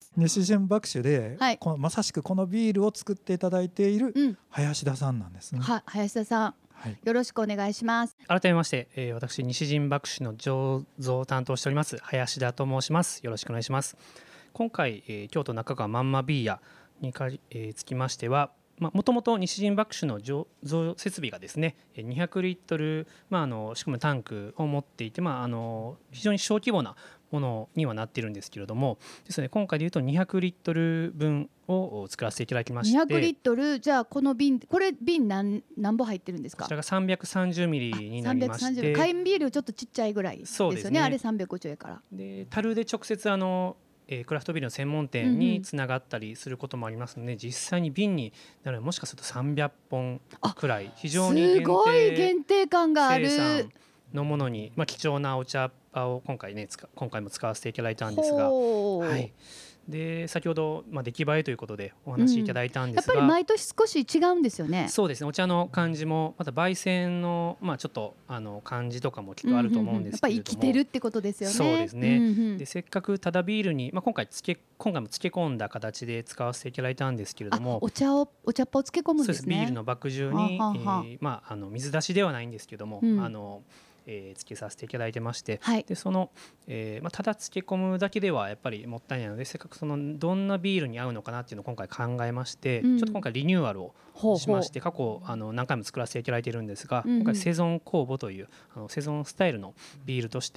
西陣爆酒で、 はい、 まさしくこのビールを作っていただいている林田さんなんですね。 林田さん、 はい、 よろしくお願いします。 改めまして、私西陣爆酒の醸造を担当しております林田と申します。よろしくお願いします。今回、京都中川まんまビーヤにつきましては、もともと西陣爆酒の醸造設備がですね200リットル、仕込むタンクを持っていて、非常に小規模なものにはなっているんですけれども、ですので今回でいうと200リットル分を作らせていただきまして、 200リットル、じゃあこの瓶、これ瓶何本入ってるんですか？ こちらが330ミリになりまして、 缶ビールちょっとちっちゃいぐらいですよ ね、あれ350円から。 で樽で直接クラフトビールの専門店につながったりすることもありますので、実際に瓶になるもしかすると300本くらい非常にすごい限定感がある生産のものに、貴重なお茶っ葉を今回も使わせていただいたんですが、はい、で先ほど、出来栄えということでお話しいただいたんですが、 やっぱり毎年少し違うんですよね。 そうですね、お茶の感じもまた焙煎の、ちょっと感じとかもきっとあると思うんですけれども、 やっぱり生きてるってことですよね。 そうですね、でせっかくただビールに、今回も漬け込んだ形で使わせていただいたんですけれども、 お茶っ葉を漬け込むんですね。 そうです、ビールの麦汁に水出しではないんですけども、つけさせていただいてまして、 はい、 でただ漬け込むだけではやっぱりもったいないので、せっかくどんなビールに合うのかなっていうのを今回考えまして、ちょっと今回リニューアルをしまして、過去何回も作らせていただいているんですが、今回セゾン酵母というセゾンスタイルのビールとして、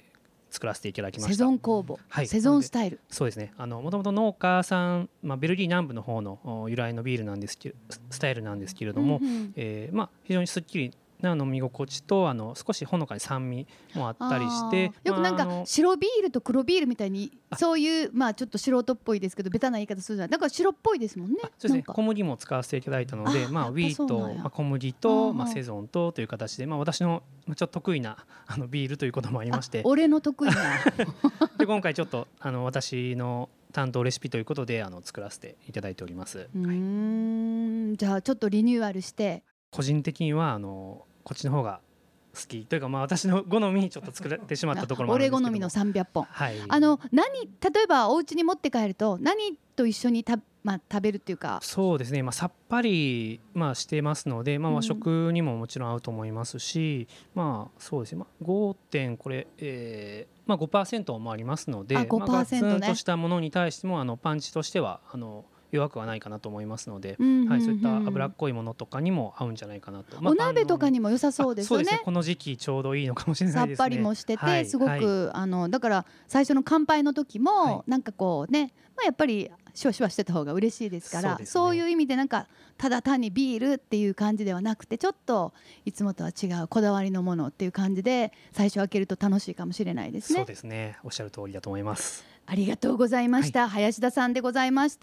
作らせていただきました。 セゾン酵母、 はい、 セゾンスタイル。 そうですね、もともと農家さん、ベルギー南部の方の由来のビールなんですけど、スタイルなんですけれども、非常にすっきりな飲み心地と少しほのかに酸味もあったりして、 よくなんか白ビールと黒ビールみたいにそういうちょっと素人っぽいですけどベタな言い方するじゃない、だから白っぽいですもんね。 そうですね、小麦も使わせていただいたので、ウィート、小麦と、セゾンとという形で、私のちょっと得意なビールということもありまして、 俺の得意なで今回ちょっと私の担当レシピということで作らせていただいております。 じゃあちょっとリニューアルして、 個人的にはこっちの方が好きというか、私の好みにちょっと作ってしまったところもあるんですけども、 俺好みの300本、 はい、 例えばお家に持って帰ると何と一緒に食べるっていうか。 そうですね、さっぱり、してますので、和食にももちろん合うと思いますし、そうですね、5. これ、5% もありますので、 5%ね、 ガツンとしたものに対してもパンチとしては弱くはないかなと思いますので、そういった脂っこいものとかにも合うんじゃないかなと。 お鍋とかにも良さそうですよね。 そうですね、この時期ちょうどいいのかもしれないですね。 さっぱりもしてて、すごく、だから最初の乾杯の時も、なんかこうね、やっぱりシュワシュワしてた方が嬉しいですから、そういう意味でなんかただ単にビールっていう感じではなくて、ちょっといつもとは違うこだわりのものっていう感じで最初開けると楽しいかもしれないですね。 そうですね、おっしゃる通りだと思います。 ありがとうございました、林田さんでございました。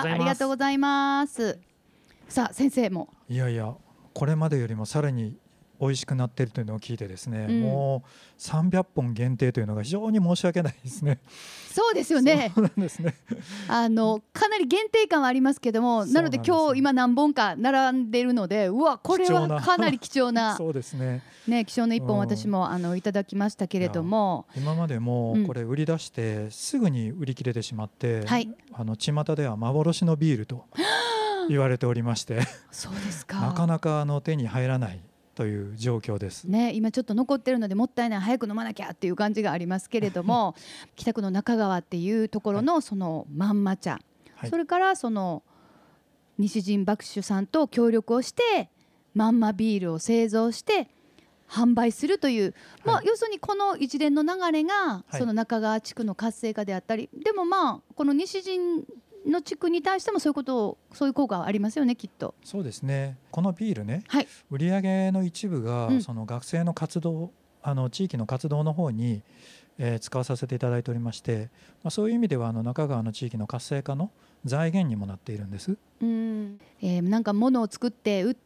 ありがとうございます。さあ先生もいやいや、これまでよりもさらに美味しくなっているというのを聞いてですね、もう300本限定というのが非常に申し訳ないですね。 そうですよね。 そうなんですね。 かなり限定感はありますけども、なので今日今何本か並んでるので、うわこれはかなり貴重なそうですね、 貴重な一本私もいただきましたけれども、 今までもこれ売り出してすぐに売り切れてしまって、巷では幻のビールと言われておりましてそうですか、 なかなか手に入らないという状況ですね。今ちょっと残ってるのでもったいない、早く飲まなきゃっていう感じがありますけれども北区の中川っていうところのそのまんま茶、それからその西陣爆酒さんと協力をしてまんまビールを製造して販売するという、要するにこの一連の流れがその中川地区の活性化であったり、でもこの西陣の地区に対してもそういう効果はありますよね、きっと。 そうですね、このビールね、売上の一部がその学生の活動、地域の活動の方に、使わさせていただいておりまして、そういう意味では中川の地域の活性化の財源にもなっているんです。 なんか物を作って売って、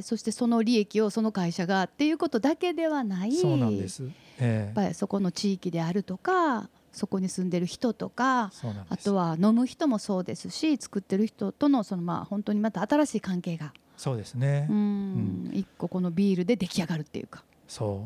そしてその利益をその会社がっていうことだけではない、 そうなんです、 やっぱりそこの地域であるとか、そこに住んでる人とか、あとは飲む人もそうですし、作ってる人との本当にまた新しい関係が、 そうですね、 一個このビールで出来上がるっていうか、 そう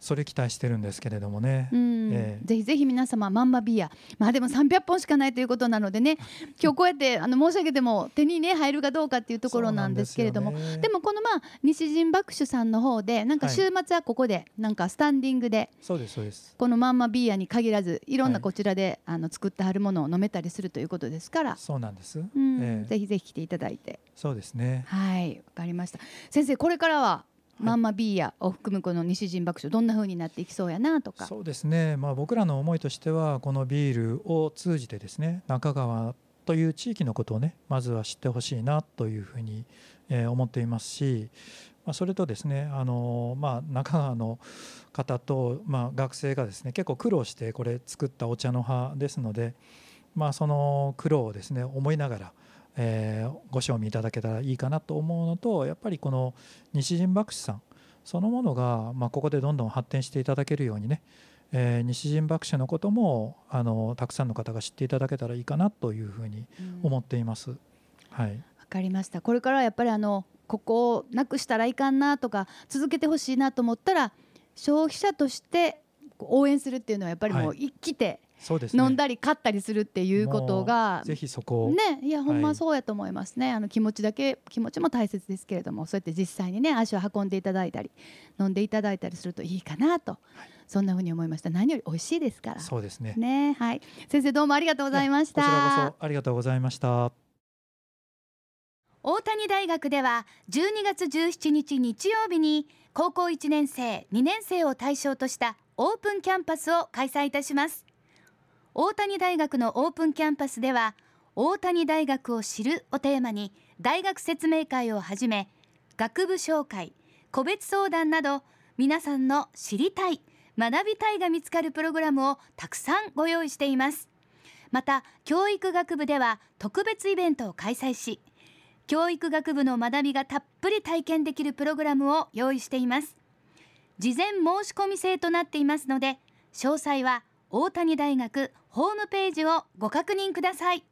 それ期待してるんですけれどもね、 ぜひぜひ皆様マンマビーヤ、でも300本しかないということなのでね、今日こうやって申し上げても手にね入るかどうかっていうところなんですけれども、でもこの西陣麦酒さんの方でなんか週末はここでなんかスタンディングで、 そうですそうです、 このマンマビーヤに限らずいろんなこちらで、作ってはるものを飲めたりするということですから、 そうなんです、 ぜひぜひ来ていただいて。 そうですね、 はい、わかりました。先生、これからはマンマビーヤを含むこの西陣麦酒どんな風になっていきそうやなとか。 そうですね、僕らの思いとしてはこのビールを通じてですね、中川という地域のことをねまずは知ってほしいなというふうに思っていますし、それとですね中川の方と学生がですね結構苦労してこれ作ったお茶の葉ですので、その苦労をですね思いながらご賞味いただけたらいいかなと思うのと、やっぱりこの西陣麦酒さんそのものが、ここでどんどん発展していただけるようにね、西陣麦酒のこともたくさんの方が知っていただけたらいいかなというふうに思っています。はい、わかりました。これからはやっぱりここをなくしたらいかんなとか続けてほしいなと思ったら消費者として応援するっていうのはやっぱりもう生きて、 そうですね、 飲んだり買ったりするっていうことがぜひそこをね、いやほんまそうやと思いますね。気持ちも大切ですけれども、そうやって実際にね足を運んでいただいたり飲んでいただいたりするといいかなと、そんなふうに思いました。何より美味しいですから。 そうですね。 はい、先生どうもありがとうございました。 こちらこそありがとうございました。 大谷大学では12月17日日曜日に高校1年生2年生を対象としたオープンキャンパスを開催いたします。大谷大学のオープンキャンパスでは大谷大学を知るをテーマに大学説明会をはじめ、学部紹介、個別相談など皆さんの知りたい学びたいが見つかるプログラムをたくさんご用意しています。また教育学部では特別イベントを開催し、教育学部の学びがたっぷり体験できるプログラムを用意しています。事前申し込み制となっていますので、詳細は大谷大学ホームページをご確認ください。